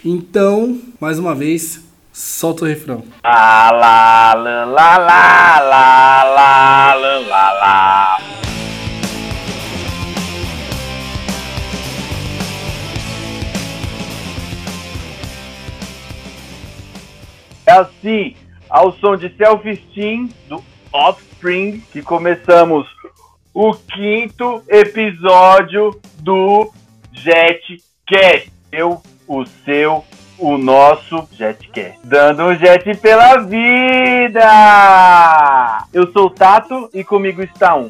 Então, mais uma vez, solta o refrão. Lá, lá, lá, lá, lá, lá, lá, lá, lá. É assim, ao som de Self-Esteem, do Offspring, que começamos o 5º episódio do JetCast. Eu, o seu, o nosso JetCast. Dando um jet pela vida! Eu sou o Tato e comigo está um.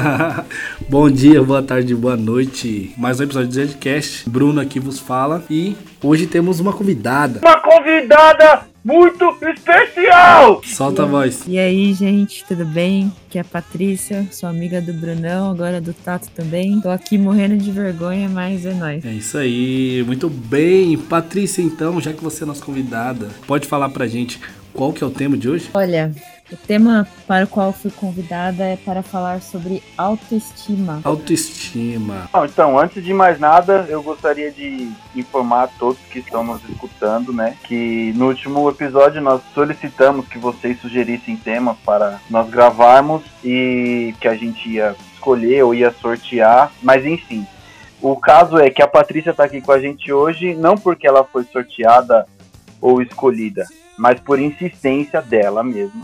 Bom dia, boa tarde, boa noite. Mais um episódio do JetCast. Bruno aqui vos fala e hoje temos uma convidada. Uma convidada muito especial! Solta a voz. E aí, gente, tudo bem? Aqui é a Patrícia, sou amiga do Brunão, agora do Tato também. Tô aqui morrendo de vergonha, mas é nóis. É isso aí, muito bem. Patrícia, então, já que você é nossa convidada, pode falar pra gente qual que é o tema de hoje? Olha, o tema para o qual fui convidada é para falar sobre autoestima. Autoestima. Então, antes de mais nada, eu gostaria de informar a todos que estão nos escutando, né, que no último episódio nós solicitamos que vocês sugerissem temas para nós gravarmos e que a gente ia escolher ou ia sortear, mas enfim. O caso é que a Patrícia está aqui com a gente hoje, não porque ela foi sorteada ou escolhida, mas por insistência dela mesma.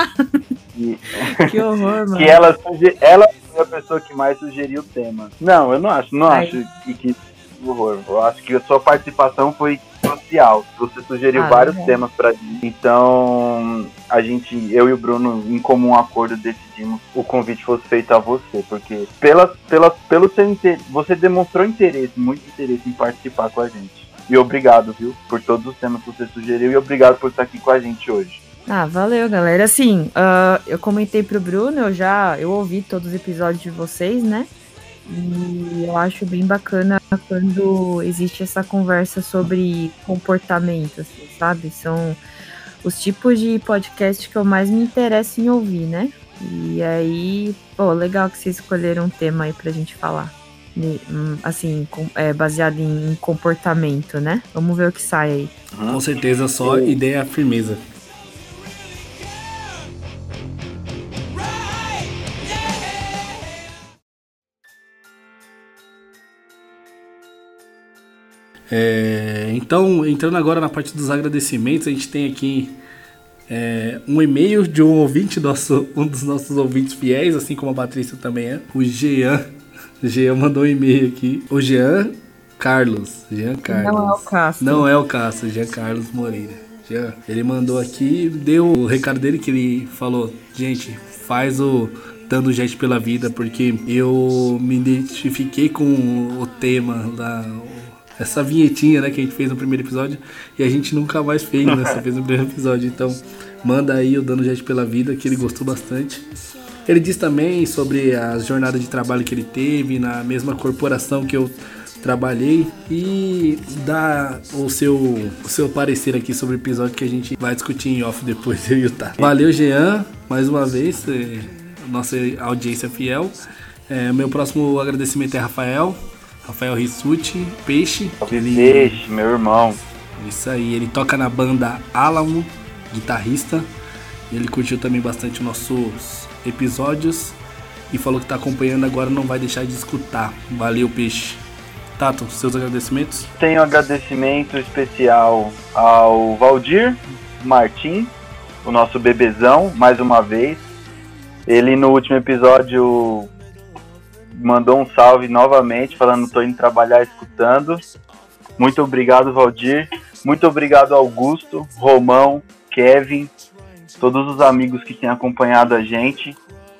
Que horror, mano. Que ela foi a pessoa que mais sugeriu o tema. Não, eu não acho que horror. Eu acho que a sua participação foi crucial. Você sugeriu vários temas pra gente. Então, eu e o Bruno, em comum acordo, decidimos que o convite fosse feito a você, porque pelo seu interesse, você demonstrou muito interesse em participar com a gente. E obrigado, viu, por todos os temas que você sugeriu e obrigado por estar aqui com a gente hoje. Ah, valeu, galera. Assim, eu comentei pro Bruno, eu ouvi todos os episódios de vocês, né? E eu acho bem bacana quando existe essa conversa sobre comportamento, assim, sabe? São os tipos de podcast que eu mais me interesso em ouvir, né? E aí, legal que vocês escolheram um tema aí pra gente falar. Assim, baseado em comportamento, né? Vamos ver o que sai aí. Com certeza, só ideia firmeza. Então, entrando agora na parte dos agradecimentos, a gente tem aqui um e-mail de um ouvinte, um dos nossos ouvintes fiéis, assim como a Patrícia também é, o Jean. O Jean mandou um e-mail aqui. O Jean Carlos. Não é o Castro. Não é o Castro, Jean Carlos Moreira. Jean, ele mandou aqui, deu o recado dele que ele falou: gente, faz o Dando Jet pela Vida, porque eu me identifiquei com o tema essa vinhetinha, né, que a gente fez no primeiro episódio e a gente nunca mais fez, né, só fez no primeiro episódio. Então, manda aí o Dando Jet pela Vida, que ele gostou bastante. Ele diz também sobre as jornadas de trabalho que ele teve na mesma corporação que eu trabalhei e dá o seu parecer aqui sobre o episódio que a gente vai discutir em off depois, eu e o Tato. Valeu, Jean, mais uma vez, nossa audiência fiel. Meu próximo agradecimento é Rafael Rissuti, Peixe. Peixe, meu irmão. Isso aí, ele toca na banda Álamo, guitarrista. Ele curtiu também bastante nossos episódios e falou que tá acompanhando agora, não vai deixar de escutar. Valeu, Peixe. Tato, seus agradecimentos? Tenho agradecimento especial ao Valdir Martins, o nosso bebezão, mais uma vez. Ele no último episódio mandou um salve novamente, falando: tô indo trabalhar escutando. Muito obrigado, Valdir. Muito obrigado, Augusto, Romão, Kevin, todos os amigos que têm acompanhado a gente.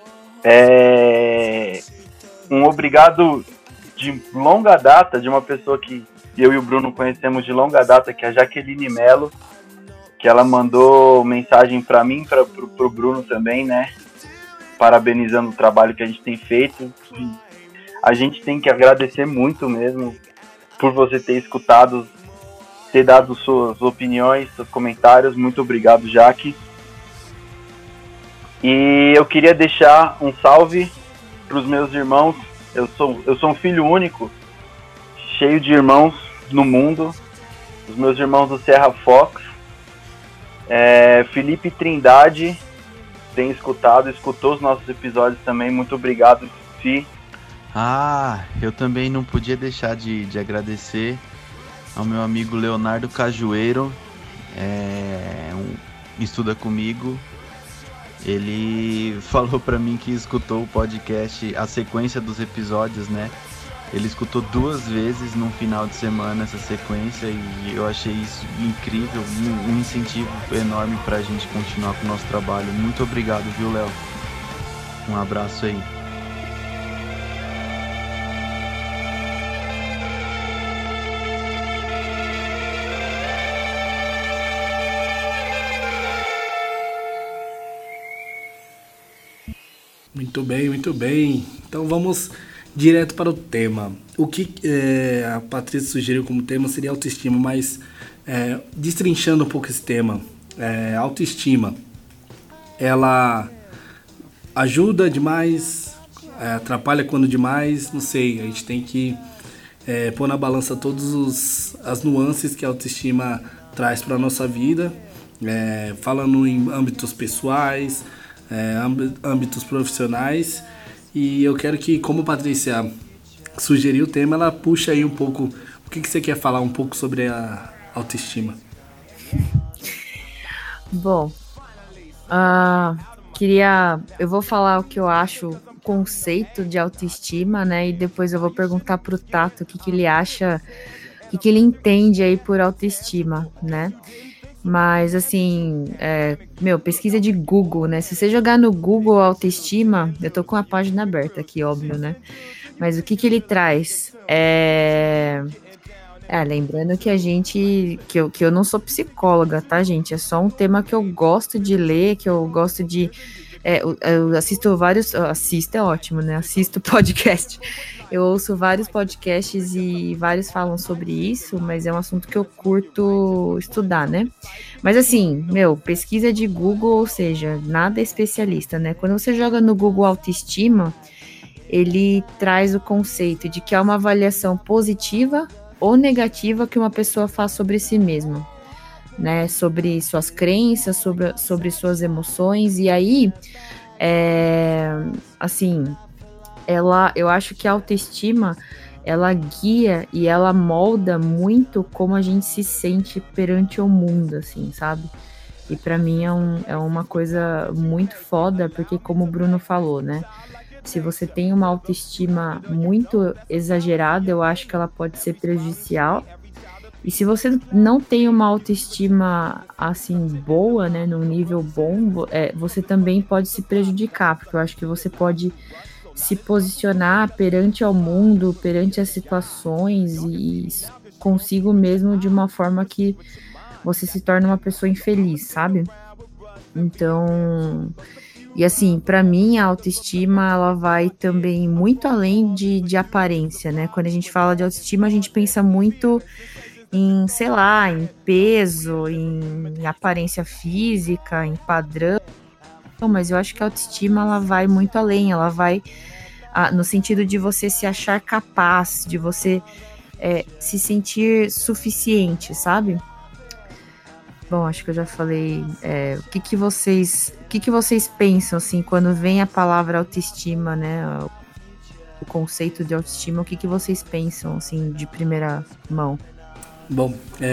Um obrigado de longa data, de uma pessoa que eu e o Bruno conhecemos de longa data, que é a Jaqueline Mello, que ela mandou mensagem para mim, pro Bruno também, né? Parabenizando o trabalho que a gente tem feito. A gente tem que agradecer muito mesmo por você ter escutado, ter dado suas opiniões, seus comentários. Muito obrigado, Jaque. E eu queria deixar um salve para os meus irmãos. Eu sou um filho único, cheio de irmãos no mundo. os meus irmãos do Serra Fox, Felipe Trindade tem escutou os nossos episódios também, muito obrigado, Fi. Eu também não podia deixar de agradecer ao meu amigo Leonardo Cajueiro, estuda comigo. Ele falou pra mim que escutou o podcast, a sequência dos episódios, né? Ele escutou 2 vezes num final de semana essa sequência e eu achei isso incrível, um incentivo enorme pra gente continuar com o nosso trabalho. Muito obrigado, viu, Léo? Um abraço aí. Muito bem, muito bem. Então vamos direto para o tema. O que a Patrícia sugeriu como tema seria autoestima, mas destrinchando um pouco esse tema, autoestima, ela ajuda demais, atrapalha quando demais, não sei, a gente tem que pôr na balança todas as nuances que a autoestima traz para a nossa vida, falando em âmbitos pessoais, âmbitos profissionais, e eu quero que, como a Patrícia sugeriu o tema, ela puxa aí um pouco, o que você quer falar um pouco sobre a autoestima? Bom, eu vou falar o que eu acho, o conceito de autoestima, né, e depois eu vou perguntar pro Tato o que ele acha, o que ele entende aí por autoestima, né? Mas, assim, pesquisa de Google, né? Se você jogar no Google autoestima, eu tô com a página aberta aqui, óbvio, né? Mas o que ele traz? Lembrando que que eu não sou psicóloga, tá, gente? É só um tema que eu gosto de ler, que eu gosto de... eu assisto é ótimo, né? Assisto podcast. Eu ouço vários podcasts e vários falam sobre isso, mas é um assunto que eu curto estudar, né? Mas assim, pesquisa de Google, ou seja, nada especialista, né? Quando você joga no Google autoestima, ele traz o conceito de que é uma avaliação positiva ou negativa que uma pessoa faz sobre si mesma, né? Sobre suas crenças, sobre suas emoções, e aí, eu acho que a autoestima, ela guia e ela molda muito como a gente se sente perante o mundo, assim, sabe? E pra mim é uma coisa muito foda, porque como o Bruno falou, né? Se você tem uma autoestima muito exagerada, eu acho que ela pode ser prejudicial. E se você não tem uma autoestima, assim, boa, né? Num nível bom, você também pode se prejudicar, porque eu acho que você pode se posicionar perante ao mundo, perante as situações e consigo mesmo de uma forma que você se torna uma pessoa infeliz, sabe? Então, e assim, pra mim a autoestima, ela vai também muito além de aparência, né? Quando a gente fala de autoestima, a gente pensa muito em, sei lá, em peso, em aparência física, em padrão. Mas eu acho que a autoestima, ela vai muito além, ela vai no sentido de você se achar capaz, de você se sentir suficiente, sabe? Bom, acho que eu já falei. O que vocês pensam, assim, quando vem a palavra autoestima, né? O conceito de autoestima, o que vocês pensam, assim, de primeira mão? Bom,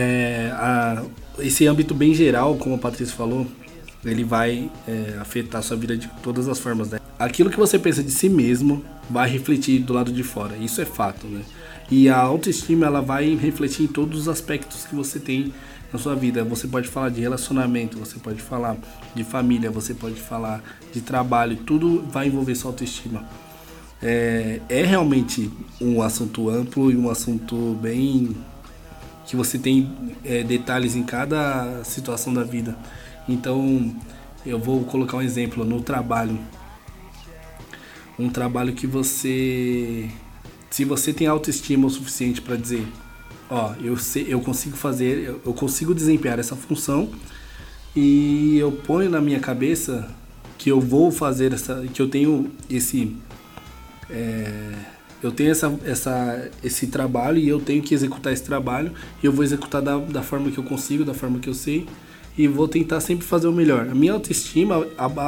esse âmbito bem geral, como a Patrícia falou, ele vai afetar a sua vida de todas as formas, né? Aquilo que você pensa de si mesmo vai refletir do lado de fora, isso é fato, né? E a autoestima, ela vai refletir em todos os aspectos que você tem na sua vida. Você pode falar de relacionamento, você pode falar de família, você pode falar de trabalho, tudo vai envolver sua autoestima. É realmente um assunto amplo e um assunto bem... que você tem detalhes em cada situação da vida. Então, eu vou colocar um exemplo no trabalho. Um trabalho que você... Se você tem autoestima o suficiente para dizer, eu consigo fazer, eu consigo desempenhar essa função e eu ponho na minha cabeça que eu vou fazer que eu tenho eu tenho esse trabalho e eu tenho que executar esse trabalho e eu vou executar da forma que eu consigo, da forma que eu sei e vou tentar sempre fazer o melhor. A minha autoestima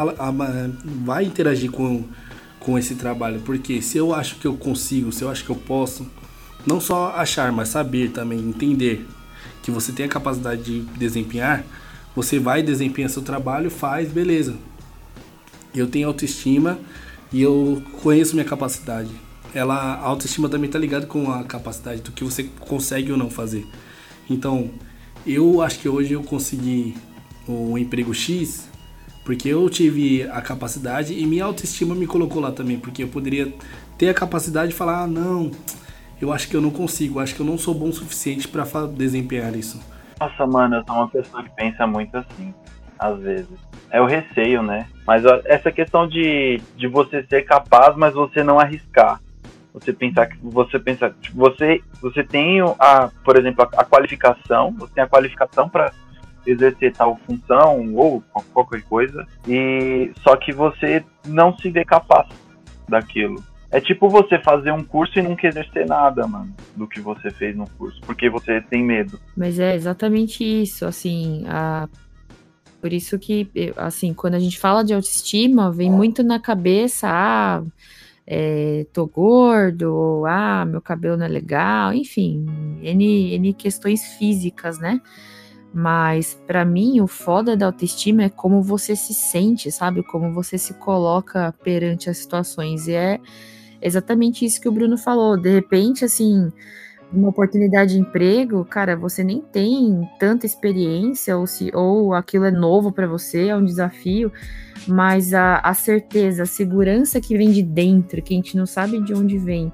vai interagir com esse trabalho, porque se eu acho que eu consigo, se eu acho que eu posso, não só achar, mas saber também, entender que você tem a capacidade de desempenhar, você vai desempenhar seu trabalho, faz, beleza. Eu tenho autoestima e eu conheço minha capacidade. A autoestima também está ligada com a capacidade do que você consegue ou não fazer. Então, eu acho que hoje eu consegui o emprego X porque eu tive a capacidade e minha autoestima me colocou lá também, porque eu poderia ter a capacidade de falar, não, eu acho que eu não consigo, acho que eu não sou bom o suficiente para desempenhar isso. Nossa, mano, eu sou uma pessoa que pensa muito assim, às vezes. É o receio, né? Mas ó, essa questão de você ser capaz, mas você não arriscar. Você pensar que tipo, você tem por exemplo, a qualificação, você tem a qualificação para exercer tal função ou qualquer coisa, e só que você não se vê capaz daquilo. É tipo você fazer um curso e nunca exercer nada, mano, do que você fez no curso, porque você tem medo. Mas é exatamente isso, assim, por isso que, assim, quando a gente fala de autoestima, vem muito na cabeça, tô gordo, meu cabelo não é legal, enfim, N questões físicas, né? Mas pra mim o foda da autoestima é como você se sente, sabe? Como você se coloca perante as situações. E é exatamente isso que o Bruno falou. De repente, assim, uma oportunidade de emprego, cara, você nem tem tanta experiência ou aquilo é novo pra você, é um desafio, mas a certeza, a segurança que vem de dentro, que a gente não sabe de onde vem,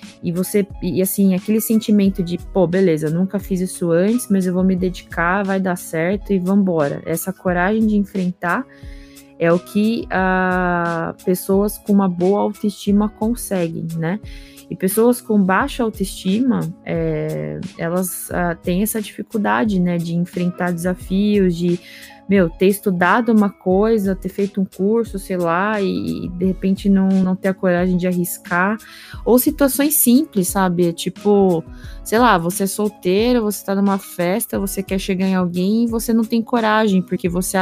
e assim, aquele sentimento de, pô, beleza, eu nunca fiz isso antes, mas eu vou me dedicar, vai dar certo e vambora. Essa coragem de enfrentar é o que pessoas com uma boa autoestima conseguem, né? E pessoas com baixa autoestima, elas têm essa dificuldade, né, de enfrentar desafios, de, ter estudado uma coisa, ter feito um curso, sei lá, e de repente não ter a coragem de arriscar. Ou situações simples, sabe? Tipo, sei lá, você é solteiro, você tá numa festa, você quer chegar em alguém e você não tem coragem, porque você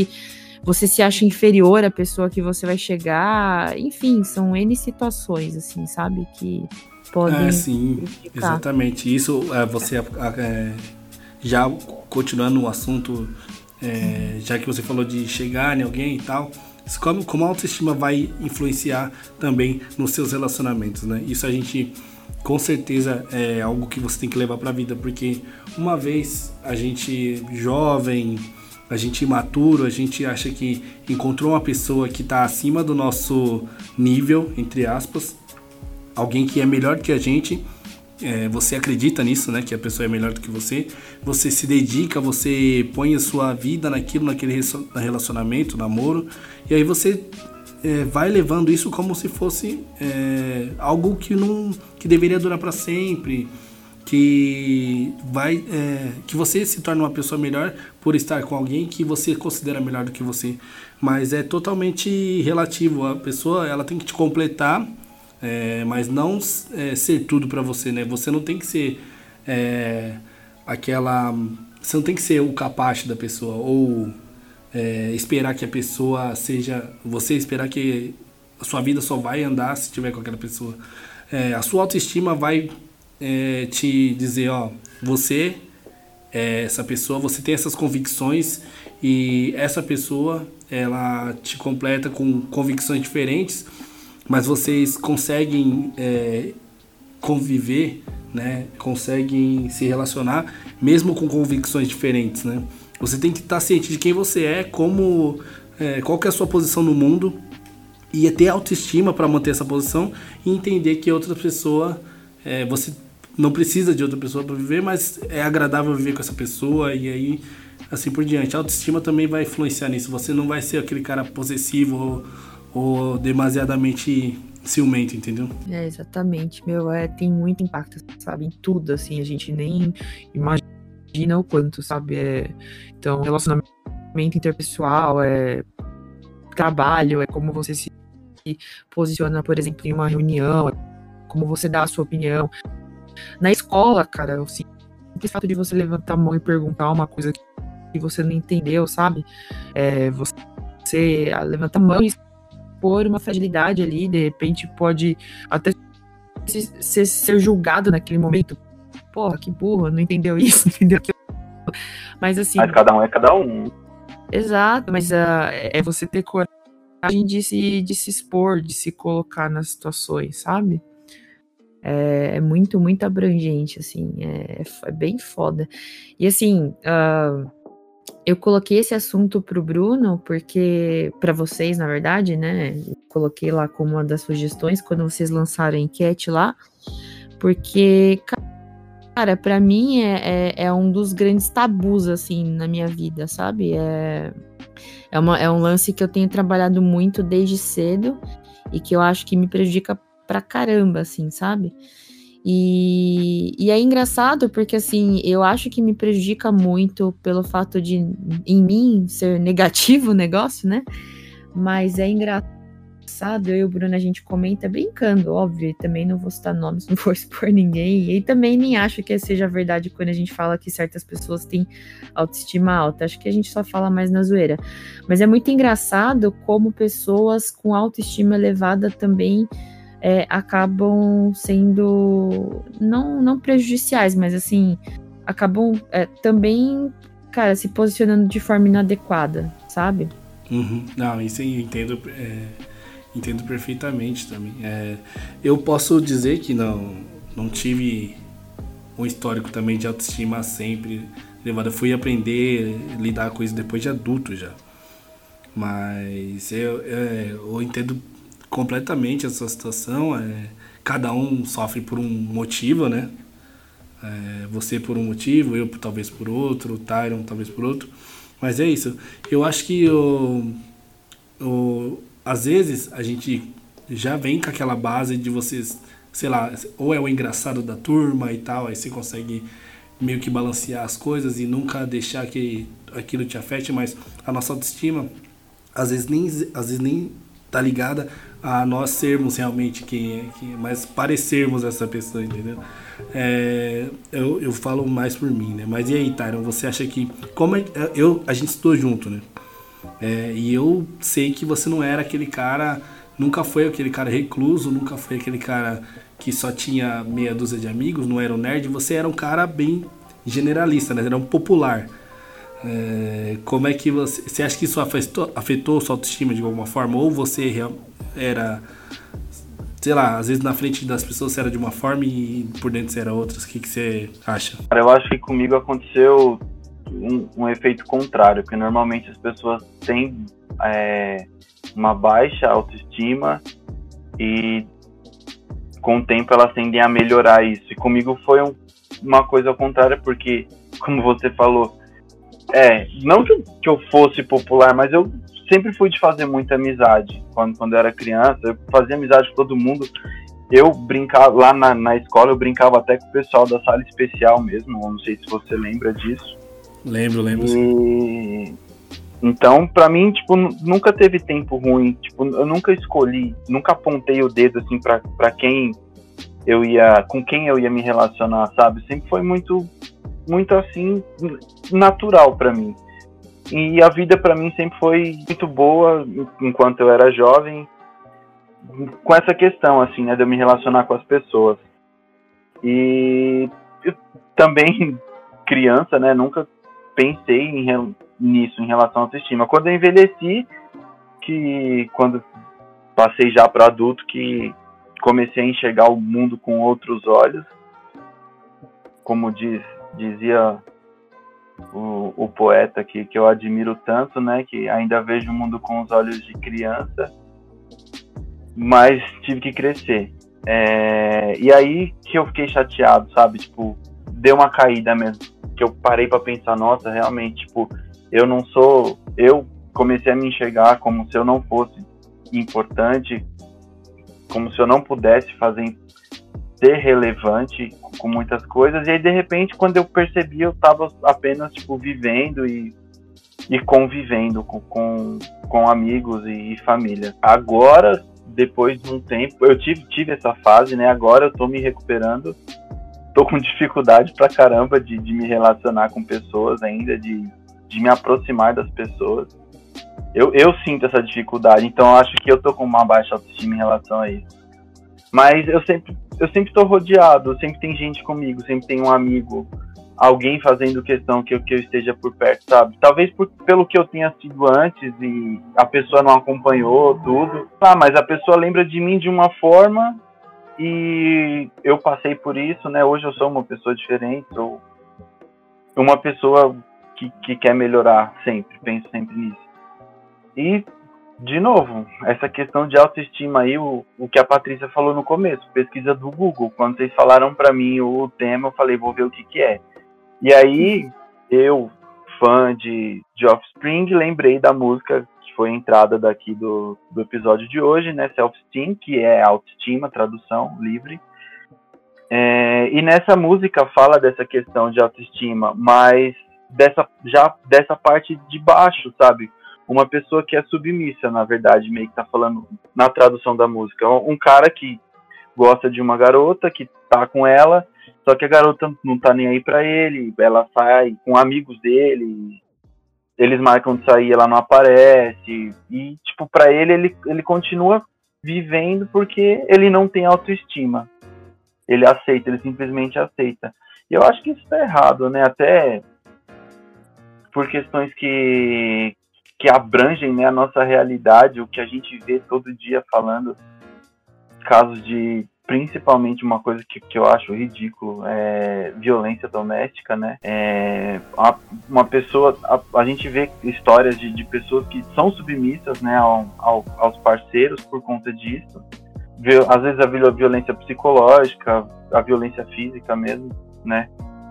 se acha inferior à pessoa que você vai chegar. Enfim, são N situações, assim, sabe? Que podem... sim, exatamente. Isso, você já continuando o assunto, já que você falou de chegar em alguém e tal, como a autoestima vai influenciar também nos seus relacionamentos, né? Isso a gente, com certeza, é algo que você tem que levar pra vida, porque uma vez a gente jovem, a gente imaturo, a gente acha que encontrou uma pessoa que está acima do nosso nível, entre aspas, alguém que é melhor que a gente, você acredita nisso, né, que a pessoa é melhor do que você se dedica, você põe a sua vida naquele relacionamento, namoro, e aí você vai levando isso como se fosse algo que deveria durar para sempre, que você se torna uma pessoa melhor por estar com alguém que você considera melhor do que você, mas é totalmente relativo. A pessoa, ela tem que te completar, mas não ser tudo pra você, né? Você não tem que ser você não tem que ser o capacho da pessoa, ou esperar que a pessoa seja, você esperar que a sua vida só vai andar se estiver com aquela pessoa. A sua autoestima vai te dizer, você é essa pessoa, você tem essas convicções, e essa pessoa, ela te completa com convicções diferentes, mas vocês conseguem conviver, né? Conseguem se relacionar mesmo com convicções diferentes, né? Você tem que estar ciente de quem você é, qual que é a sua posição no mundo, e ter autoestima para manter essa posição, e entender que outra pessoa, você não precisa de outra pessoa para viver, mas é agradável viver com essa pessoa, e aí assim por diante. A autoestima também vai influenciar nisso. Você não vai ser aquele cara possessivo ou demasiadamente ciumento, entendeu? Exatamente, tem muito impacto, sabe, em tudo, assim, a gente nem imagina o quanto, sabe, então, relacionamento interpessoal, trabalho, como você se posiciona, por exemplo, em uma reunião, como você dá a sua opinião. Na escola, cara, o simples fato de você levantar a mão e perguntar uma coisa que você não entendeu, sabe? Você levanta a mão e expor uma fragilidade ali, de repente pode até ser julgado naquele momento. Porra, que burro, não entendeu isso, não entendeu aquilo. Mas assim... Mas cada um é cada um. Exato, mas é você ter coragem de se expor, de se colocar nas situações, sabe? É muito, muito abrangente, assim, é bem foda. E assim, eu coloquei esse assunto pro Bruno, porque, pra vocês, na verdade, né, eu coloquei lá como uma das sugestões, quando vocês lançaram a enquete lá, porque, cara, pra mim é um dos grandes tabus, assim, na minha vida, sabe? É um lance que eu tenho trabalhado muito desde cedo, e que eu acho que me prejudica pra caramba, assim, sabe? E é engraçado porque, assim, eu acho que me prejudica muito pelo fato de, em mim, ser negativo o negócio, né? Mas é engraçado, eu e o Bruno, a gente comenta brincando, óbvio, e também não vou citar nomes, não vou expor ninguém, e também nem acho que seja verdade quando a gente fala que certas pessoas têm autoestima alta, acho que a gente só fala mais na zoeira. Mas é muito engraçado como pessoas com autoestima elevada também acabam sendo, não prejudiciais, mas assim, acabam também, cara, se posicionando de forma inadequada, sabe? Uhum. Não, isso eu entendo perfeitamente também. Eu posso dizer que não tive um histórico também de autoestima sempre elevada. Eu fui aprender a lidar com isso depois de adulto já. Mas eu entendo completamente a sua situação. Cada um sofre por um motivo, né? Você por um motivo, eu talvez por outro, o Tyron talvez por outro. Mas é isso. Eu acho que às vezes a gente já vem com aquela base de vocês, sei lá, ou é o engraçado da turma e tal, aí você consegue meio que balancear as coisas e nunca deixar que aquilo te afete, mas a nossa autoestima às vezes nem tá ligada a nós sermos realmente mas parecermos essa pessoa, entendeu? Eu falo mais por mim, né? Mas e aí, Tyron, você acha que... a gente estudou junto, né? E eu sei que você não era aquele cara... Nunca foi aquele cara recluso, nunca foi aquele cara que só tinha meia dúzia de amigos, não era um nerd. Você era um cara bem generalista, né? Era um popular. Como é que você acha que isso afetou sua autoestima de alguma forma? Ou você era, sei lá, às vezes na frente das pessoas você era de uma forma e por dentro você era outra? O que você acha? Eu acho que comigo aconteceu um efeito contrário, porque normalmente as pessoas têm uma baixa autoestima e com o tempo elas tendem a melhorar isso. E comigo foi uma coisa ao contrário, porque, como você falou, não que eu fosse popular, mas eu sempre fui de fazer muita amizade. Quando eu era criança, eu fazia amizade com todo mundo. Eu brincava, lá na escola, eu brincava até com o pessoal da sala especial mesmo. Eu não sei se você lembra disso. Lembro. Então, pra mim, tipo, nunca teve tempo ruim. Tipo, eu nunca escolhi, nunca apontei o dedo, assim, pra quem com quem eu ia me relacionar, sabe? Sempre foi muito assim, natural pra mim. E a vida pra mim sempre foi muito boa enquanto eu era jovem, com essa questão, assim, né, de eu me relacionar com as pessoas. E eu também, criança, né, nunca pensei nisso em relação à autoestima. Quando eu envelheci, quando passei já para adulto, que comecei a enxergar o mundo com outros olhos, como dizia o poeta que eu admiro tanto, né, que ainda vejo o mundo com os olhos de criança, mas tive que crescer. E aí que eu fiquei chateado, sabe? Tipo, deu uma caída mesmo, que eu parei pra pensar, nossa, realmente, tipo, eu comecei a me enxergar como se eu não fosse importante, como se eu não pudesse ser relevante com muitas coisas. E aí, de repente, quando eu percebi, eu tava apenas, tipo, vivendo e convivendo com amigos e família. Agora, depois de um tempo, eu tive essa fase, né? Agora eu tô me recuperando, tô com dificuldade pra caramba de me relacionar com pessoas ainda, de me aproximar das pessoas. Eu sinto essa dificuldade, então eu acho que eu tô com uma baixa autoestima em relação a isso. Mas eu sempre tô rodeado, sempre tem gente comigo, sempre tem um amigo, alguém fazendo questão que eu esteja por perto, sabe? Talvez pelo que eu tenha sido antes e a pessoa não acompanhou tudo. Mas a pessoa lembra de mim de uma forma e eu passei por isso, né? Hoje eu sou uma pessoa diferente, sou uma pessoa que quer melhorar sempre, penso sempre nisso. E, de novo, essa questão de autoestima aí, o que a Patrícia falou no começo, pesquisa do Google. Quando vocês falaram pra mim o tema, eu falei, vou ver o que é. E aí, eu, fã de Offspring, lembrei da música que foi a entrada daqui do episódio de hoje, né? Self-Esteem, que é autoestima, tradução livre. E nessa música fala dessa questão de autoestima, mas dessa parte de baixo, sabe? Uma pessoa que é submissa, na verdade, meio que tá falando na tradução da música. Um cara que gosta de uma garota, que tá com ela, só que a garota não tá nem aí pra ele, ela sai com amigos dele, eles marcam de sair, ela não aparece, e, tipo, pra ele continua vivendo porque ele não tem autoestima. Ele aceita, ele simplesmente aceita. E eu acho que isso tá errado, né? Até por questões que abrangem, né, a nossa realidade, o que a gente vê todo dia falando, casos de, principalmente uma coisa que eu acho ridículo, violência doméstica, né? Uma pessoa, a gente vê histórias de pessoas que são submissas, né, aos parceiros por conta disso. Às vezes a violência psicológica, a violência física mesmo, né?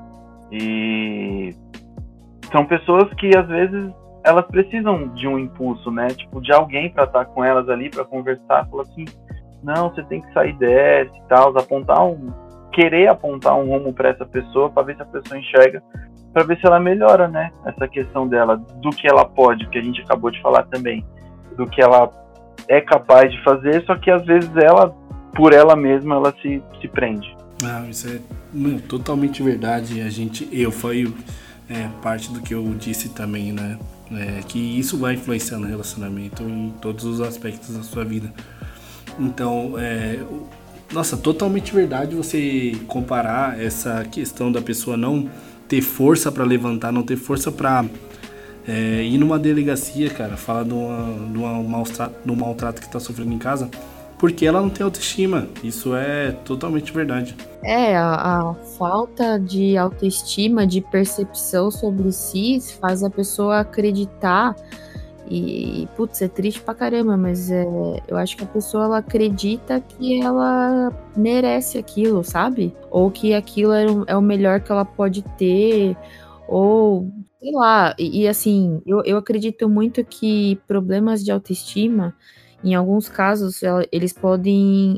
E são pessoas que às vezes elas precisam de um impulso, né? Tipo, de alguém para estar com elas ali, para conversar, falar assim, não, você tem que sair dessa e tal, querer apontar um rumo para essa pessoa, para ver se a pessoa enxerga, para ver se ela melhora, né? Essa questão dela, do que ela pode, que a gente acabou de falar também, do que ela é capaz de fazer, só que às vezes ela, por ela mesma, ela se prende. Isso é totalmente verdade. Foi parte do que eu disse também, né? Que isso vai influenciar no relacionamento em todos os aspectos da sua vida. Então, nossa, totalmente verdade você comparar essa questão da pessoa não ter força para levantar, não ter força para ir numa delegacia, cara, falar do maltrato que tá sofrendo em casa, porque ela não tem autoestima. Isso é totalmente verdade. A falta de autoestima, de percepção sobre si, faz a pessoa acreditar e putz, é triste pra caramba, mas eu acho que a pessoa, ela acredita que ela merece aquilo, sabe? Ou que aquilo é o melhor que ela pode ter, ou sei lá. E assim, eu acredito muito que problemas de autoestima, em alguns casos, eles podem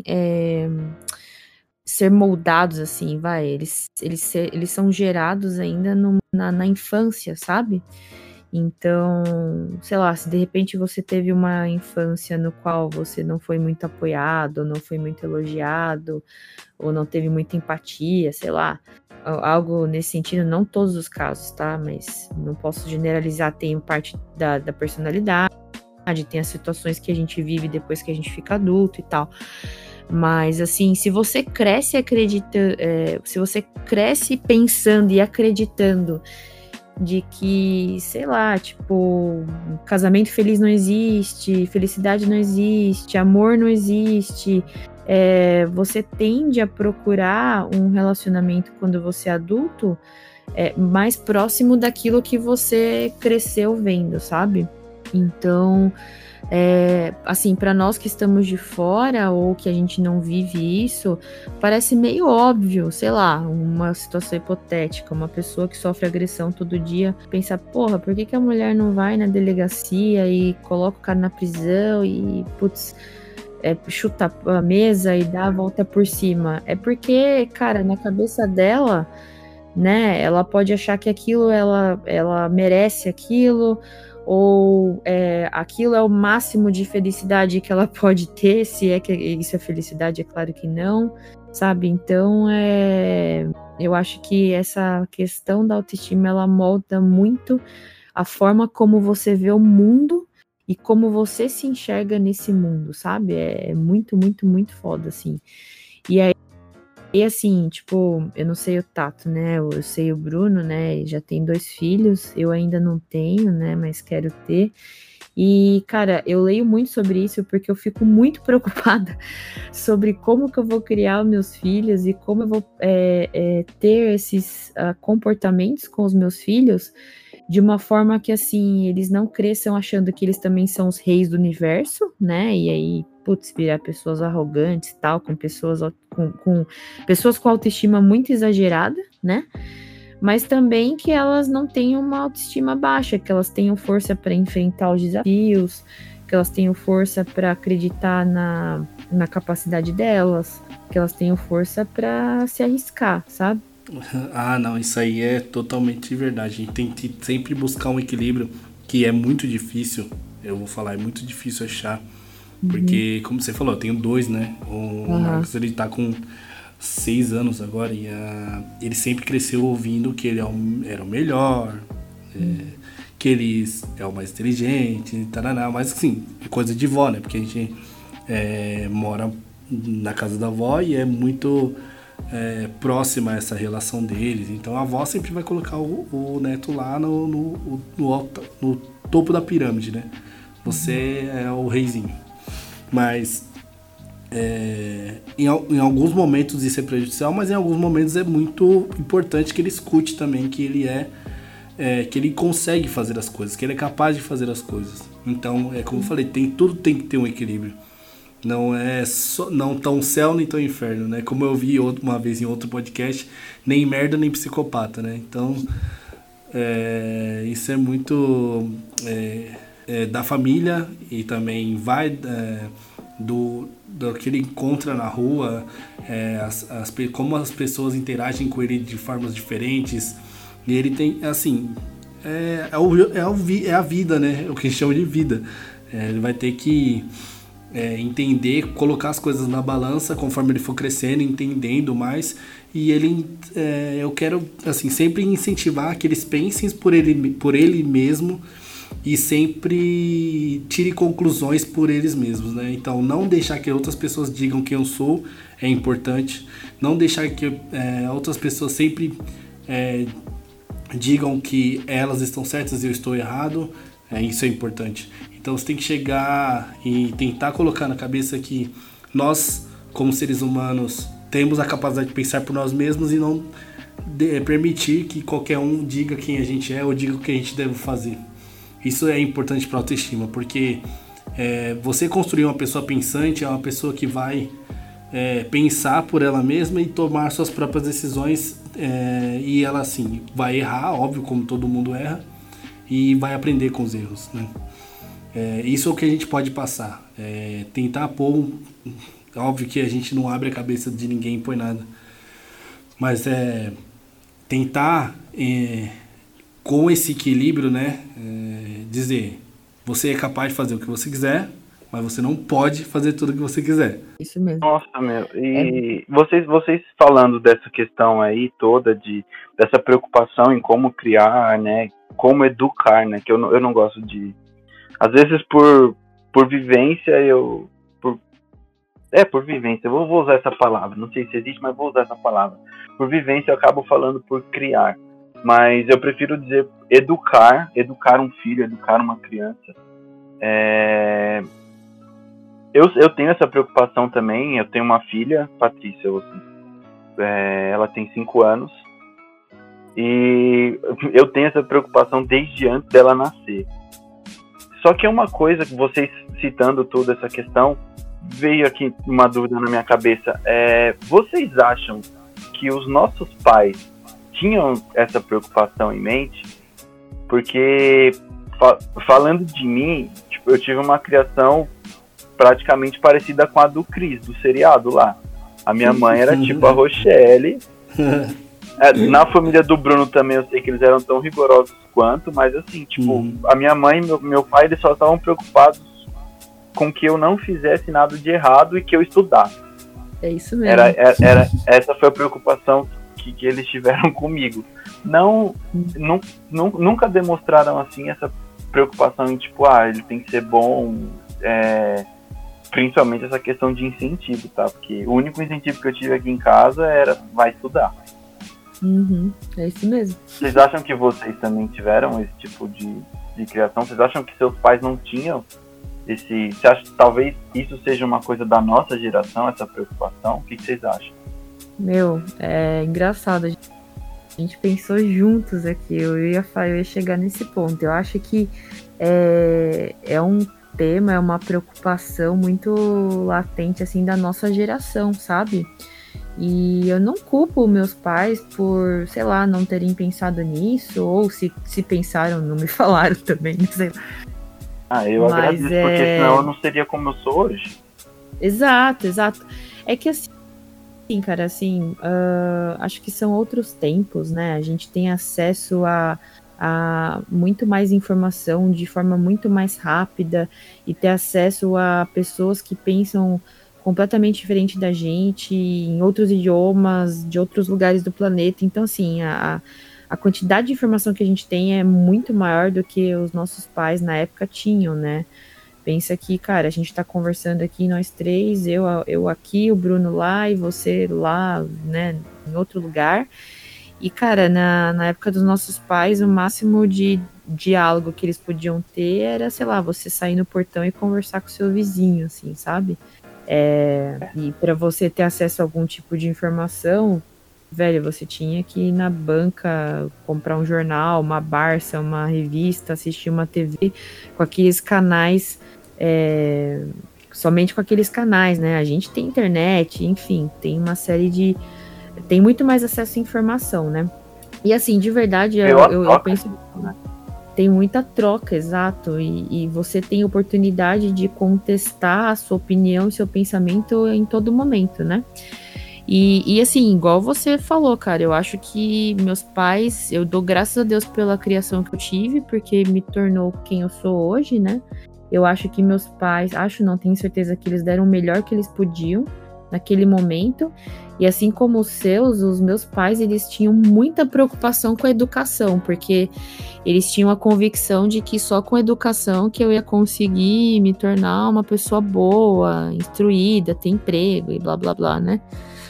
ser moldados, assim, eles são gerados ainda na infância, sabe? Então, sei lá, se de repente você teve uma infância no qual você não foi muito apoiado, ou não foi muito elogiado, ou não teve muita empatia, sei lá, algo nesse sentido, não todos os casos, tá? Mas não posso generalizar, tem parte da personalidade, tem as situações que a gente vive depois que a gente fica adulto e tal. Mas, assim, se você cresce se você cresce pensando e acreditando de que, sei lá, tipo, casamento feliz não existe, felicidade não existe, amor não existe, você tende a procurar um relacionamento quando você é adulto mais próximo daquilo que você cresceu vendo, sabe? Então, assim, para nós que estamos de fora ou que a gente não vive isso, parece meio óbvio, sei lá, uma situação hipotética, uma pessoa que sofre agressão todo dia, pensa, porra, por que a mulher não vai na delegacia e coloca o cara na prisão e, putz, chuta a mesa e dá a volta por cima? É porque, cara, na cabeça dela, né, ela pode achar que aquilo, ela merece aquilo, ou aquilo é o máximo de felicidade que ela pode ter, se é que isso é felicidade, é claro que não, sabe? Então, eu acho que essa questão da autoestima, ela molda muito a forma como você vê o mundo e como você se enxerga nesse mundo, sabe? É muito, muito, muito foda, assim. E aí, assim, tipo, eu não sei o Tato, né? Eu sei o Bruno, né? Já tem 2 filhos, eu ainda não tenho, né? Mas quero ter. E, cara, eu leio muito sobre isso porque eu fico muito preocupada sobre como que eu vou criar os meus filhos e como eu vou ter esses comportamentos com os meus filhos de uma forma que, assim, eles não cresçam achando que eles também são os reis do universo, né? E aí, putz, virar pessoas arrogantes e tal, com pessoas com autoestima muito exagerada, né? Mas também que elas não tenham uma autoestima baixa, que elas tenham força para enfrentar os desafios, que elas tenham força para acreditar na capacidade delas, que elas tenham força para se arriscar, sabe? Ah, não, isso aí é totalmente verdade. A gente tem que sempre buscar um equilíbrio, que é muito difícil, eu vou falar, é muito difícil achar, porque, como você falou, eu tenho 2, né? O Marcos, ele tá com 6 anos agora e ele sempre cresceu ouvindo que ele era o melhor, que ele é o mais inteligente, taraná, mas assim, é coisa de vó, né? Porque a gente mora na casa da avó e é muito próxima a essa relação deles, então a avó sempre vai colocar o neto lá no topo da pirâmide, né? Você é o reizinho, mas em alguns momentos isso é prejudicial, mas em alguns momentos é muito importante que ele escute também que ele que ele consegue fazer as coisas, que ele é capaz de fazer as coisas. Então, como eu falei, tudo tem que ter um equilíbrio. Não é não tão céu nem tão inferno, né? Como eu vi uma vez em outro podcast, nem merda nem psicopata, né? Então, isso é muito da família e também vai do que ele encontra na rua, como as pessoas interagem com ele de formas diferentes. E ele tem, assim, é a vida, né? O que a gente chama de vida. Ele vai ter que entender, colocar as coisas na balança conforme ele for crescendo, entendendo mais. E eu quero, assim, sempre incentivar que eles pensem por ele mesmo e sempre tire conclusões por eles mesmos, né? Então, não deixar que outras pessoas digam quem eu sou é importante. Não deixar que outras pessoas sempre digam que elas estão certas e eu estou errado. Isso é importante. Então, você tem que chegar e tentar colocar na cabeça que nós, como seres humanos, temos a capacidade de pensar por nós mesmos e não permitir que qualquer um diga quem a gente é ou diga o que a gente deve fazer. Isso é importante para a autoestima, porque você construir uma pessoa pensante é uma pessoa que vai pensar por ela mesma e tomar suas próprias decisões, e ela, assim, vai errar, óbvio, como todo mundo erra, e vai aprender com os erros, né? Isso é o que a gente pode passar. Tentar pôr... Óbvio que a gente não abre a cabeça de ninguém e põe nada. Mas tentar, com esse equilíbrio, né? Dizer, você é capaz de fazer o que você quiser, mas você não pode fazer tudo o que você quiser. Isso mesmo. Nossa, meu. E vocês falando dessa questão aí toda, dessa preocupação em como criar, né? Como educar, né? Que eu não gosto de... Às vezes por vivência por vivência, eu vou usar essa palavra, não sei se existe, mas vou usar essa palavra. Por vivência eu acabo falando por criar, mas eu prefiro dizer educar um filho, educar uma criança. Eu tenho essa preocupação também, eu tenho uma filha, Patrícia, ela tem 5 anos, e eu tenho essa preocupação desde antes dela nascer. Só que é uma coisa que vocês citando toda essa questão, veio aqui uma dúvida na minha cabeça. Vocês acham que os nossos pais tinham essa preocupação em mente? Porque, falando de mim, tipo, eu tive uma criação praticamente parecida com a do Chris, do seriado lá. A minha mãe era tipo a Rochelle, Na família do Bruno também eu sei que eles eram tão rigorosos quanto, mas assim, tipo, a minha mãe e meu pai, eles só estavam preocupados com que eu não fizesse nada de errado e que eu estudasse. É isso mesmo. Essa foi a preocupação que eles tiveram comigo. Nunca demonstraram assim essa preocupação em tipo, ele tem que ser bom, principalmente essa questão de incentivo, tá? Porque o único incentivo que eu tive aqui em casa era vai estudar. É isso mesmo. Vocês acham que vocês também tiveram esse tipo de criação? Vocês acham que seus pais não tinham esse... Você acha que talvez isso seja uma coisa da nossa geração, essa preocupação? O que vocês acham? Meu, é engraçado. A gente pensou juntos aqui. Eu ia chegar nesse ponto. Eu acho que é um tema, é uma preocupação muito latente, assim, da nossa geração, sabe? E eu não culpo meus pais por, sei lá, não terem pensado nisso, ou se pensaram, não me falaram também, não sei. Eu agradeço, porque senão eu não seria como eu sou hoje. Exato. É que assim, cara, assim, acho que são outros tempos, né? A gente tem acesso a muito mais informação de forma muito mais rápida e ter acesso a pessoas que pensam completamente diferente da gente, em outros idiomas, de outros lugares do planeta. Então, assim, a quantidade de informação que a gente tem é muito maior do que os nossos pais na época tinham, né? Pensa que, cara, a gente tá conversando aqui, nós três, eu aqui, o Bruno lá e você lá, né, em outro lugar. E, cara, na época dos nossos pais, o máximo de diálogo que eles podiam ter era, sei lá, você sair no portão e conversar com o seu vizinho, assim, sabe? E para você ter acesso a algum tipo de informação, velho, você tinha que ir na banca, comprar um jornal, uma Barça, uma revista, assistir uma TV com aqueles canais, somente com aqueles canais, né? A gente tem internet, enfim, tem uma série tem muito mais acesso à informação, né? E assim, de verdade, eu penso... Tem muita troca, exato, e você tem oportunidade de contestar a sua opinião e seu pensamento em todo momento, né? E assim, igual você falou, cara, eu acho que meus pais, eu dou graças a Deus pela criação que eu tive, porque me tornou quem eu sou hoje, né? Eu acho que meus pais, não tenho certeza que eles deram o melhor que eles podiam naquele momento, e assim como os meus pais, eles tinham muita preocupação com a educação, porque eles tinham a convicção de que só com educação que eu ia conseguir me tornar uma pessoa boa, instruída, ter emprego e blá blá blá, né?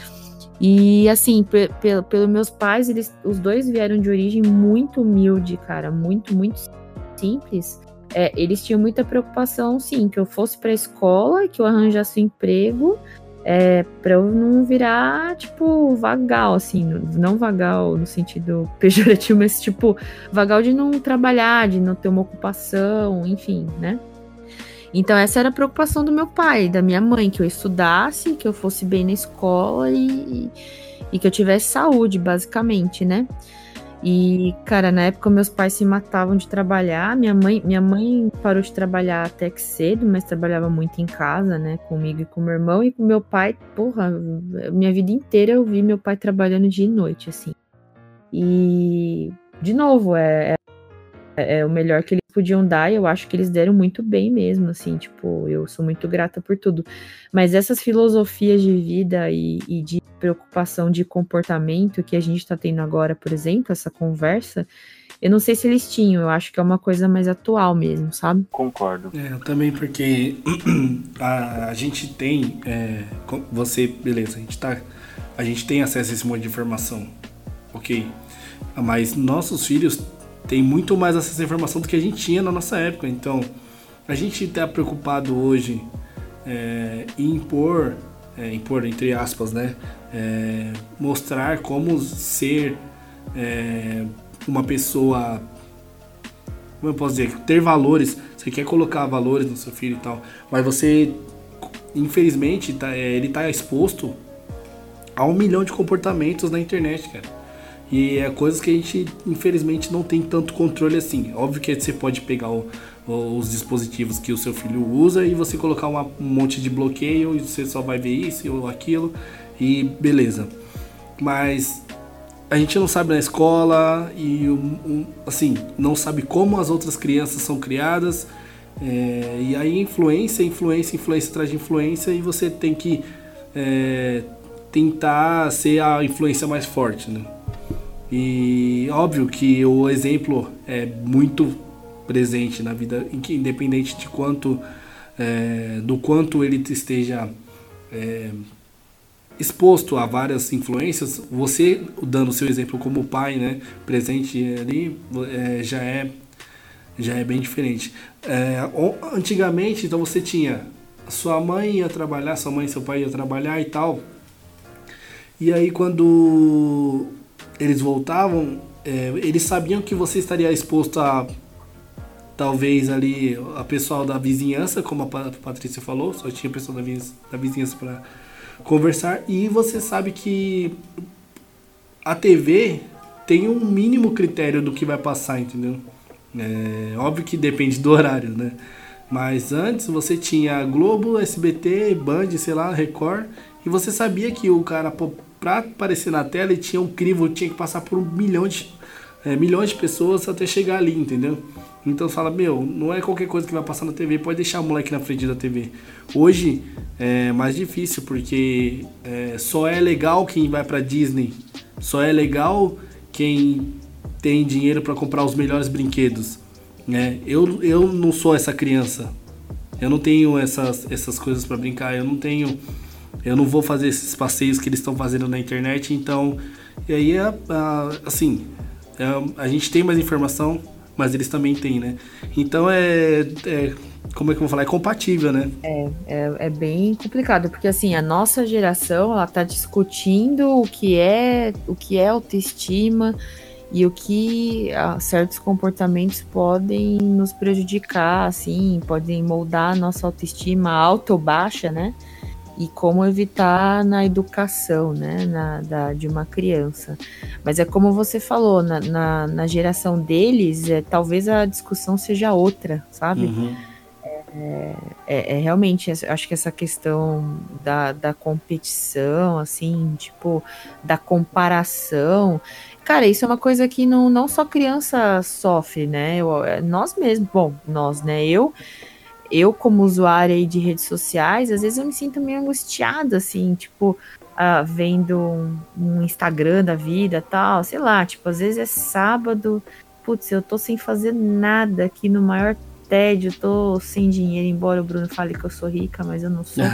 E assim, pelos meus pais, os dois vieram de origem muito humilde, cara, muito, muito simples. Eles tinham muita preocupação, sim, que eu fosse pra escola, que eu arranjasse um emprego, pra eu não virar, tipo, vagal, assim, não vagal no sentido pejorativo, mas, tipo, vagal de não trabalhar, de não ter uma ocupação, enfim, né? Então, essa era a preocupação do meu pai, da minha mãe, que eu estudasse, que eu fosse bem na escola e que eu tivesse saúde, basicamente, né? E, cara, na época meus pais se matavam de trabalhar. Minha mãe parou de trabalhar até que cedo, mas trabalhava muito em casa, né? Comigo e com meu irmão. E com meu pai, porra, minha vida inteira eu vi meu pai trabalhando dia e noite, assim. E, de novo, é o melhor que eles podiam dar, e eu acho que eles deram muito bem mesmo, assim, tipo, eu sou muito grata por tudo. Mas essas filosofias de vida e de preocupação de comportamento que a gente tá tendo agora, por exemplo, essa conversa, eu não sei se eles tinham, eu acho que é uma coisa mais atual mesmo, sabe? Concordo. Eu também, porque a gente tem, beleza, a gente tem acesso a esse monte de informação, ok, mas nossos filhos têm muito mais acesso à informação do que a gente tinha na nossa época. Então, a gente está preocupado hoje em impor, entre aspas, né? Mostrar como ser uma pessoa, como eu posso dizer, ter valores. Você quer colocar valores no seu filho e tal, mas você, infelizmente, ele está exposto a 1 milhão de comportamentos na internet, cara. E é coisas que a gente, infelizmente, não tem tanto controle assim. Óbvio que você pode pegar os dispositivos que o seu filho usa e você colocar um monte de bloqueio e você só vai ver isso ou aquilo e beleza. Mas a gente não sabe na escola e assim, não sabe como as outras crianças são criadas, e aí influência atrás de influência, e você tem que tentar ser a influência mais forte, né? E óbvio que o exemplo é muito presente na vida, independente de do quanto ele esteja exposto a várias influências. Você dando o seu exemplo como pai, né, presente ali, já é bem diferente. Antigamente, então, você tinha sua mãe ia trabalhar, sua mãe e seu pai ia trabalhar e tal, e aí quando eles voltavam, eles sabiam que você estaria exposto a talvez ali a pessoal da vizinhança, como a Patrícia falou, só tinha pessoal da vizinhança para conversar, e você sabe que a TV tem um mínimo critério do que vai passar, entendeu? Óbvio que depende do horário, né? Mas antes você tinha Globo, SBT, Band, sei lá, Record, e você sabia que o cara, pra aparecer na tela, ele tinha um crivo, tinha que passar por milhões de pessoas até chegar ali, entendeu? Então você fala, não é qualquer coisa que vai passar na TV, pode deixar o moleque na frente da TV. Hoje é mais difícil, porque só é legal quem vai pra Disney, só é legal quem tem dinheiro para comprar os melhores brinquedos, né? Eu não sou essa criança, eu não tenho essas coisas para brincar, eu não vou fazer esses passeios que eles estão fazendo na internet. Então, e aí assim, a gente tem mais informação, mas eles também têm, né? Então como é que eu vou falar? É compatível, né? É bem complicado, porque assim, a nossa geração, ela tá discutindo o que é autoestima e o que certos comportamentos podem nos prejudicar, assim, podem moldar a nossa autoestima alta ou baixa, né? E como evitar na educação, né, de uma criança. Mas é como você falou, na geração deles, talvez a discussão seja outra, sabe? Uhum. Realmente, acho que essa questão da competição, assim, tipo, da comparação, cara, isso é uma coisa que não só criança sofre, né? Nós mesmos, nós, né? Eu como usuária aí de redes sociais, às vezes eu me sinto meio angustiada, assim, tipo, vendo um Instagram da vida, tal, sei lá, tipo, às vezes é sábado, putz, eu tô sem fazer nada aqui no maior tédio, tô sem dinheiro, embora o Bruno fale que eu sou rica, mas eu não sou.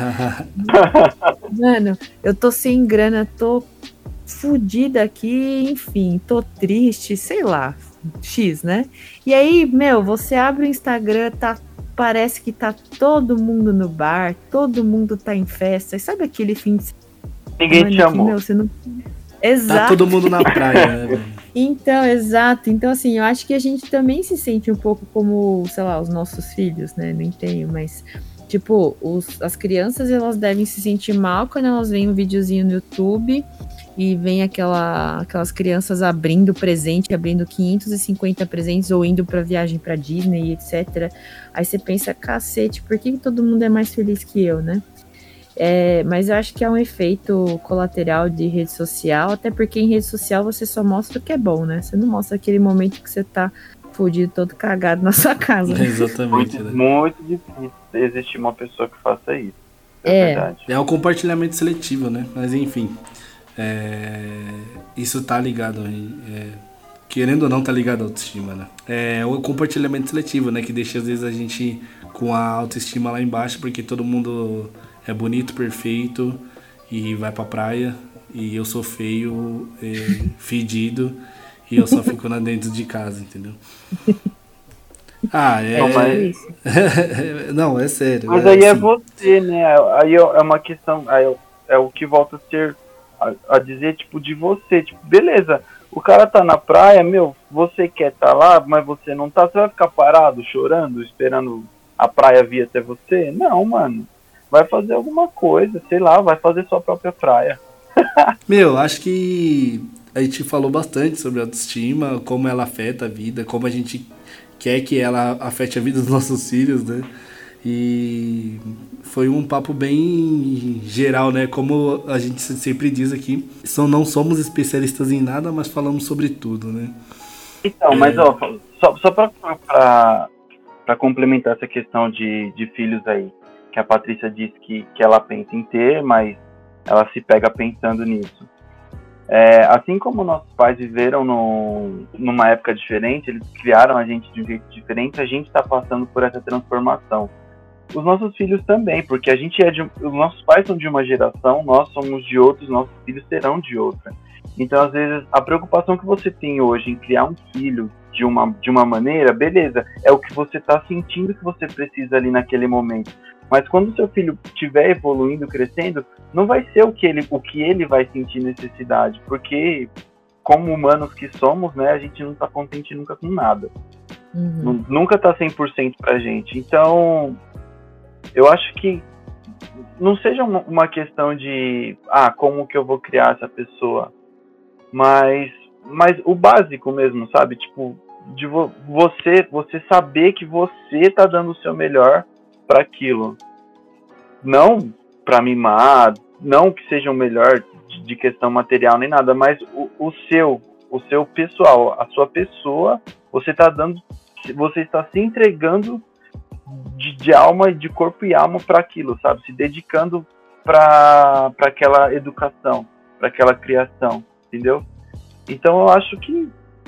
Mano, eu tô sem grana, tô fudida aqui, enfim, tô triste, sei lá, X, né? E aí, você abre o Instagram, parece que tá todo mundo no bar, todo mundo tá em festa. E sabe aquele fim de semana? Ninguém te chamou. Você não... Exato. Tá todo mundo na praia, né? Então, exato. Então, assim, eu acho que a gente também se sente um pouco como, sei lá, os nossos filhos, né? Nem tenho, mas... Tipo, as crianças, elas devem se sentir mal quando elas veem um videozinho no YouTube e vem aquelas crianças abrindo presente, abrindo 550 presentes ou indo pra viagem pra Disney, etc. Aí você pensa, cacete, por que todo mundo é mais feliz que eu, né? Mas eu acho que é um efeito colateral de rede social, até porque em rede social você só mostra o que é bom, né? Você não mostra aquele momento que você tá fudido, todo cagado na sua casa. Né? Exatamente. Muito, muito difícil existir uma pessoa que faça isso. Verdade. É o compartilhamento seletivo, né? Mas enfim, isso tá ligado querendo ou não tá ligado à autoestima, né? É o compartilhamento seletivo, né? Que deixa às vezes a gente com a autoestima lá embaixo, porque todo mundo é bonito, perfeito e vai pra praia, e eu sou feio, fedido, e eu só fico dentro de casa, entendeu? Não, é sério. Mas aí é você, né? Aí é uma questão, é o que volta a ser a dizer, tipo, de você, tipo, beleza, o cara tá na praia, você quer tá lá, mas você não tá, você vai ficar parado, chorando, esperando a praia vir até você? Não, mano, vai fazer alguma coisa, sei lá, vai fazer sua própria praia. Acho que a gente falou bastante sobre a autoestima, como ela afeta a vida, como a gente quer que ela afete a vida dos nossos filhos, né? E foi um papo bem geral, né? Como a gente sempre diz aqui, não somos especialistas em nada, mas falamos sobre tudo, né? Então, mas ó, só para complementar essa questão de filhos aí, que a Patrícia disse que ela pensa em ter, mas ela se pega pensando nisso. Assim como nossos pais viveram numa época diferente, eles criaram a gente de um jeito diferente, a gente está passando por essa transformação. Os nossos filhos também, porque os nossos pais são de uma geração, nós somos de outros, nossos filhos serão de outra. Então, às vezes, a preocupação que você tem hoje em criar um filho de uma maneira, beleza, é o que você está sentindo que você precisa ali naquele momento. Mas quando o seu filho estiver evoluindo, crescendo, não vai ser o que ele vai sentir necessidade, porque como humanos que somos, né, a gente não está contente nunca com nada. Nunca está 100% pra gente. Então, eu acho que não seja uma questão de como que eu vou criar essa pessoa, mas o básico mesmo, sabe? Tipo, de você saber que você tá dando o seu melhor para aquilo. Não para mimar, não que seja o melhor de questão material nem nada, mas o seu pessoal, a sua pessoa, você está se entregando de alma, de corpo e alma para aquilo, sabe? Se dedicando para aquela educação, para aquela criação, entendeu? Então eu acho que,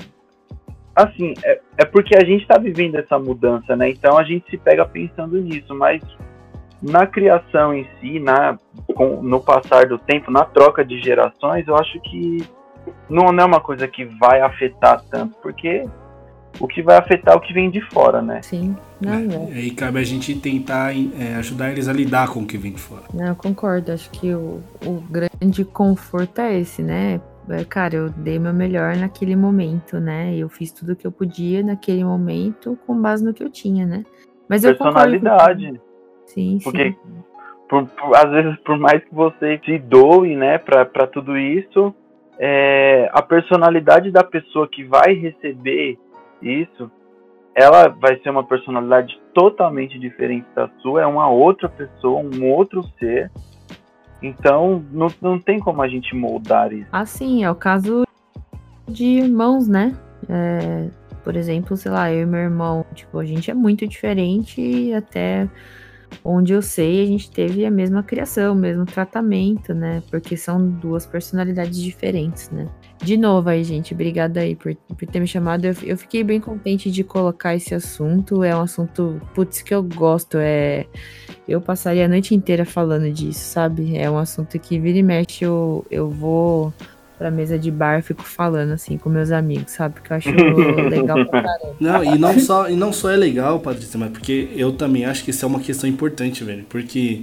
assim, é porque a gente está vivendo essa mudança, né? Então a gente se pega pensando nisso, mas na criação em si, no passar do tempo, na troca de gerações, eu acho que não é uma coisa que vai afetar tanto, porque o que vai afetar é o que vem de fora, né? Sim, aí cabe a gente tentar ajudar eles a lidar com o que vem de fora. Não, eu concordo, acho que o grande conforto é esse, né? Cara, eu dei meu melhor naquele momento, né? Eu fiz tudo o que eu podia naquele momento com base no que eu tinha, né? Mas personalidade. Sim, porque às vezes, por mais que você se doe, né, pra tudo isso, a personalidade da pessoa que vai receber isso, ela vai ser uma personalidade totalmente diferente da sua, é uma outra pessoa, um outro ser. Então, não tem como a gente moldar isso. Sim, é o caso de irmãos, né? Por exemplo, sei lá, eu e meu irmão, tipo, a gente é muito diferente e até onde eu sei, a gente teve a mesma criação, o mesmo tratamento, né? Porque são duas personalidades diferentes, né? De novo aí, gente, obrigada aí por ter me chamado. Eu fiquei bem contente de colocar esse assunto. É um assunto, que eu gosto. Eu passaria a noite inteira falando disso, sabe? É um assunto que vira e mexe, eu vou pra mesa de bar, fico falando assim com meus amigos, sabe? Porque eu acho legal pra caramba. Não, e não só é legal, Patrícia, mas porque eu também acho que isso é uma questão importante, velho. Porque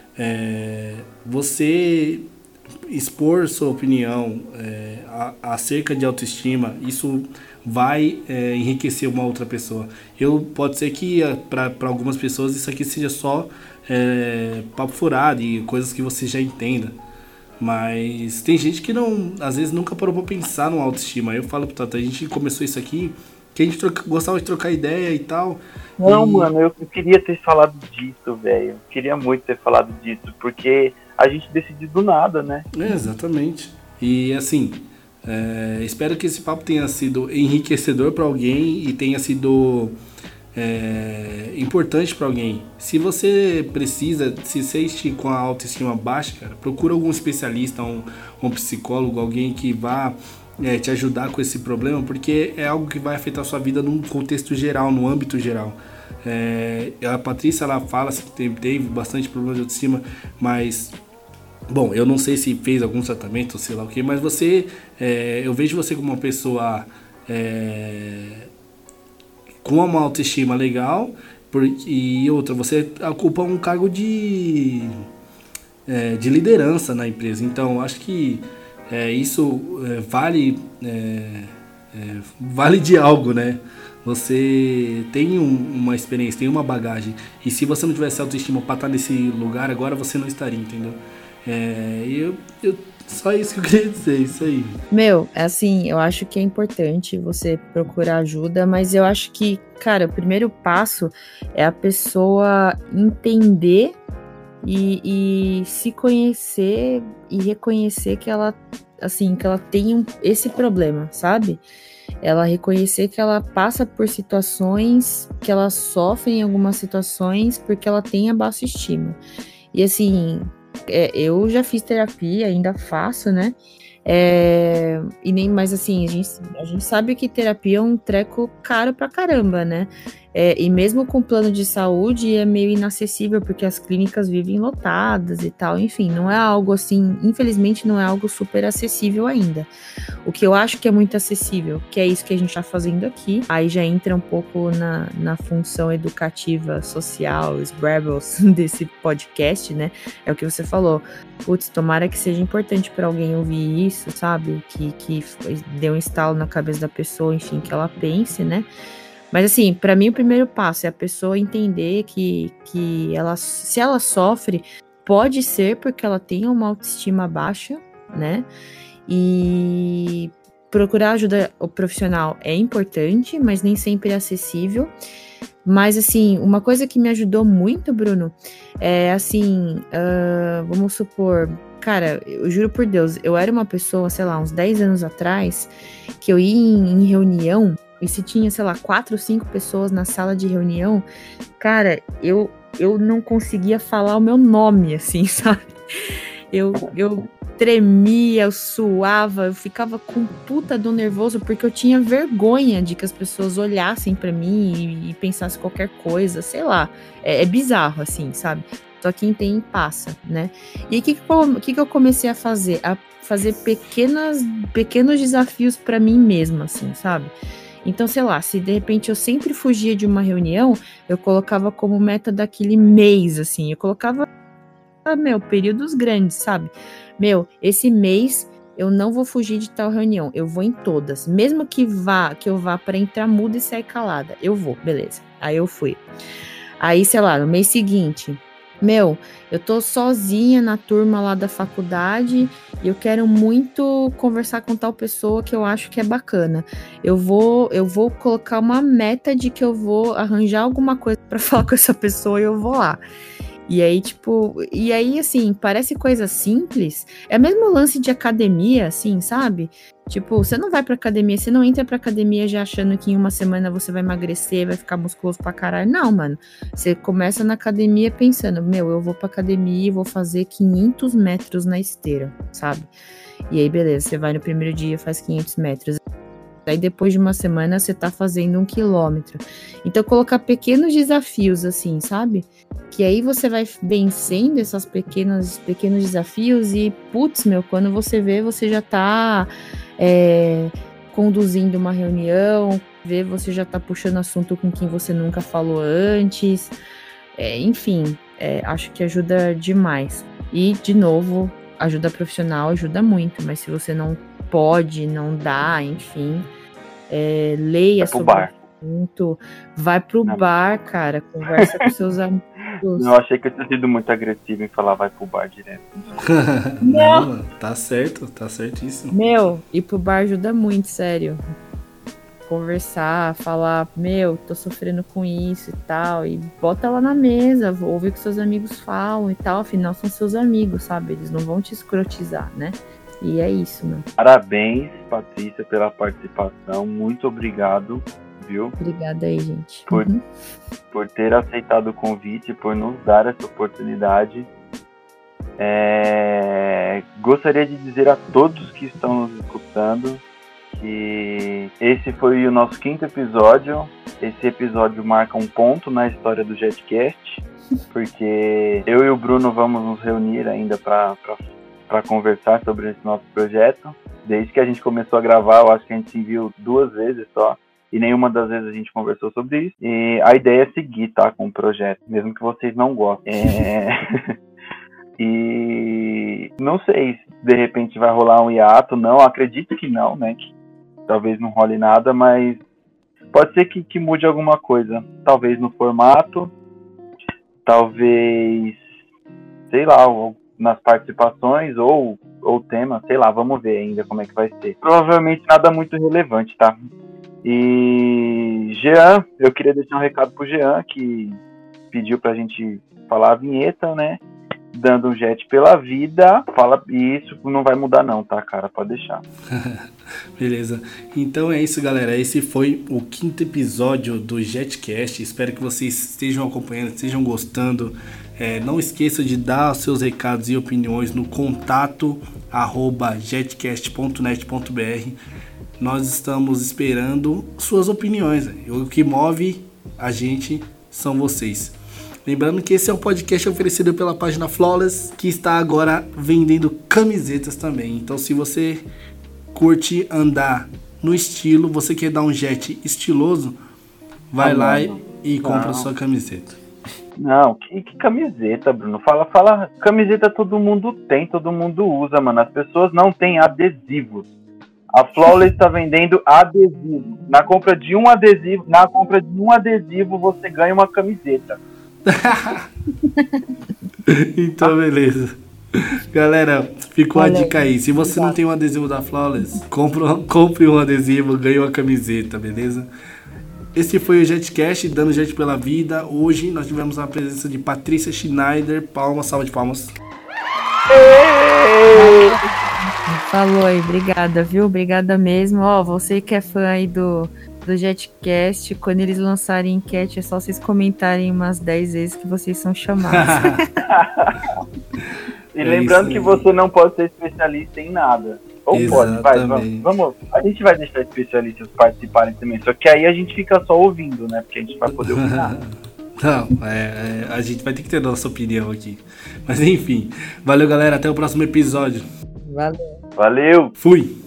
você expor sua opinião acerca de autoestima, isso vai enriquecer uma outra pessoa. Pode ser que para algumas pessoas isso aqui seja só papo furado e coisas que você já entenda. Mas tem gente que às vezes nunca parou pra pensar no autoestima. Eu falo pro Tato, a gente começou isso aqui, que a gente gostava de trocar ideia e tal. Não, mano, eu queria ter falado disso, velho. Queria muito ter falado disso, porque a gente decidiu do nada, né? Exatamente. E assim, espero que esse papo tenha sido enriquecedor pra alguém e tenha sido importante para alguém. Se você se sente com a autoestima baixa, cara, procura algum especialista, um psicólogo, alguém que vá te ajudar com esse problema, porque é algo que vai afetar a sua vida num contexto geral, no âmbito geral. A Patrícia, ela fala que teve bastante problema de autoestima, mas bom, eu não sei se fez algum tratamento, sei lá o que, mas eu vejo você como uma pessoa com uma autoestima legal, e outra, você ocupa um cargo de liderança na empresa. Então, acho que isso vale de algo, né? Você tem uma experiência, tem uma bagagem. E se você não tivesse autoestima para estar nesse lugar agora, você não estaria, entendeu? Só isso que eu queria dizer, isso aí. Meu, assim, eu acho que é importante você procurar ajuda, mas eu acho que, cara, o primeiro passo é a pessoa entender e se conhecer e reconhecer que ela, assim, que ela tem esse problema, sabe? Ela reconhecer que ela passa por situações, que ela sofre em algumas situações porque ela tem a baixa estima. E assim, eu já fiz terapia, ainda faço, né? E nem mais assim, a gente sabe que terapia é um treco caro pra caramba, né? E mesmo com plano de saúde é meio inacessível porque as clínicas vivem lotadas e tal. Enfim, não é algo assim, infelizmente não é algo super acessível ainda. O que eu acho que é muito acessível, que é isso que a gente tá fazendo aqui, aí já entra um pouco na função educativa, social, os Rebels desse podcast, né? É o que você falou. Putz, tomara que seja importante para alguém ouvir isso, sabe? Que dê um estalo na cabeça da pessoa, enfim, que ela pense, né? Mas assim, para mim o primeiro passo é a pessoa entender que ela, se ela sofre, pode ser porque ela tem uma autoestima baixa, né? E procurar ajuda profissional é importante, mas nem sempre é acessível. Mas, assim, uma coisa que me ajudou muito, Bruno, é assim, vamos supor, cara, eu juro por Deus, eu era uma pessoa, sei lá, uns 10 anos atrás, que eu ia em reunião, e se tinha, sei lá, 4 ou 5 pessoas na sala de reunião, cara, eu não conseguia falar o meu nome, assim, sabe? Eu tremia, eu suava, eu ficava com puta do nervoso porque eu tinha vergonha de que as pessoas olhassem pra mim e pensassem qualquer coisa, sei lá. É bizarro, assim, sabe? Só quem tem passa, né? E aí, o que eu comecei a fazer? A fazer pequenos desafios pra mim mesma, assim, sabe? Então, sei lá, se de repente eu sempre fugia de uma reunião, eu colocava como meta daquele mês, assim, eu colocava períodos grandes, sabe? Esse mês eu não vou fugir de tal reunião, eu vou em todas. Mesmo que eu vá para entrar muda e sair calada, eu vou, beleza. Aí eu fui. Aí, sei lá, no mês seguinte, eu tô sozinha na turma lá da faculdade e eu quero muito conversar com tal pessoa que eu acho que é bacana. Eu vou colocar uma meta de que eu vou arranjar alguma coisa para falar com essa pessoa e eu vou lá. E aí, assim, parece coisa simples. É mesmo lance de academia, assim, sabe? Tipo, você não vai pra academia, você não entra pra academia já achando que em uma semana você vai emagrecer, vai ficar musculoso pra caralho. Não, mano. Você começa na academia pensando, eu vou pra academia e vou fazer 500 metros na esteira, sabe? E aí, beleza, você vai no primeiro dia, faz 500 metros. Aí depois de uma semana você tá fazendo 1 quilômetro. Então colocar pequenos desafios assim, sabe? Que aí você vai vencendo esses pequenos desafios e, putz, quando você vê, você já tá conduzindo uma reunião, você já tá puxando assunto com quem você nunca falou antes. Enfim, acho que ajuda demais. E, de novo, ajuda profissional ajuda muito, mas se você não pode, não dá, enfim, leia sobre o assunto, vai pro bar, cara, conversa com seus amigos. Não, achei que eu tinha sido muito agressivo em falar vai pro bar direto. Não, tá certo, tá certíssimo. Ir pro bar ajuda muito, sério. Conversar, falar, tô sofrendo com isso e tal, e bota lá na mesa, ouve o que seus amigos falam e tal, afinal são seus amigos, sabe? Eles não vão te escrotizar, né? E é isso, mano. Parabéns, Patrícia, pela participação. Muito obrigado, viu? Obrigada aí, gente. Por ter aceitado o convite, por nos dar essa oportunidade. Gostaria de dizer a todos que estão nos escutando que esse foi o nosso 5º episódio. Esse episódio marca um ponto na história do JetCast, porque eu e o Bruno vamos nos reunir ainda para conversar sobre esse nosso projeto. Desde que a gente começou a gravar, eu acho que a gente se viu 2 vezes só, e nenhuma das vezes a gente conversou sobre isso. E a ideia é seguir, tá, com o projeto, mesmo que vocês não gostem. E não sei se de repente vai rolar um hiato, não, acredito que não, né, que talvez não role nada, mas pode ser que mude alguma coisa, talvez no formato, talvez, sei lá, nas participações, ou ou tema, sei lá, vamos ver ainda como é que vai ser. Provavelmente nada muito relevante, tá? E Jean, eu queria deixar um recado pro Jean, que pediu pra gente falar a vinheta, né? Dando um jet pela vida, fala, e isso não vai mudar não, tá, cara? Pode deixar. Beleza. Então é isso, galera. Esse foi o 5º episódio do JetCast. Espero que vocês estejam acompanhando, estejam gostando. Não esqueça de dar os seus recados e opiniões no contato@jetcast.net.br. Nós estamos esperando suas opiniões. O que move a gente são vocês. Lembrando que esse é um podcast oferecido pela página Flawless, que está agora vendendo camisetas também. Então, se você curte andar no estilo, você quer dar um jet estiloso, vai lá e compra sua camiseta. Não, que camiseta, Bruno? Fala, camiseta todo mundo tem, todo mundo usa, mano. As pessoas não têm adesivos. A Flawless está vendendo adesivo. Na compra de um adesivo, você ganha uma camiseta. Então, beleza. Galera, ficou a dica aí. Se você não tem um adesivo da Flawless, compre um adesivo, ganhe uma camiseta, beleza? Esse foi o JetCast, dando jet pela vida. Hoje nós tivemos a presença de Patrícia Schneider. Palmas, salva de palmas. Falou aí, obrigada, viu? Obrigada mesmo. Você que é fã aí do JetCast, quando eles lançarem enquete, é só vocês comentarem umas 10 vezes que vocês são chamados. E lembrando que você não pode ser especialista em nada. Ou exatamente. Pode, vamos. A gente vai deixar especialistas participarem também, só que aí a gente fica só ouvindo, né? Porque a gente vai poder ouvir nada. Não, a gente vai ter que ter a nossa opinião aqui. Mas enfim, valeu, galera, até o próximo episódio. Valeu. Valeu! Fui!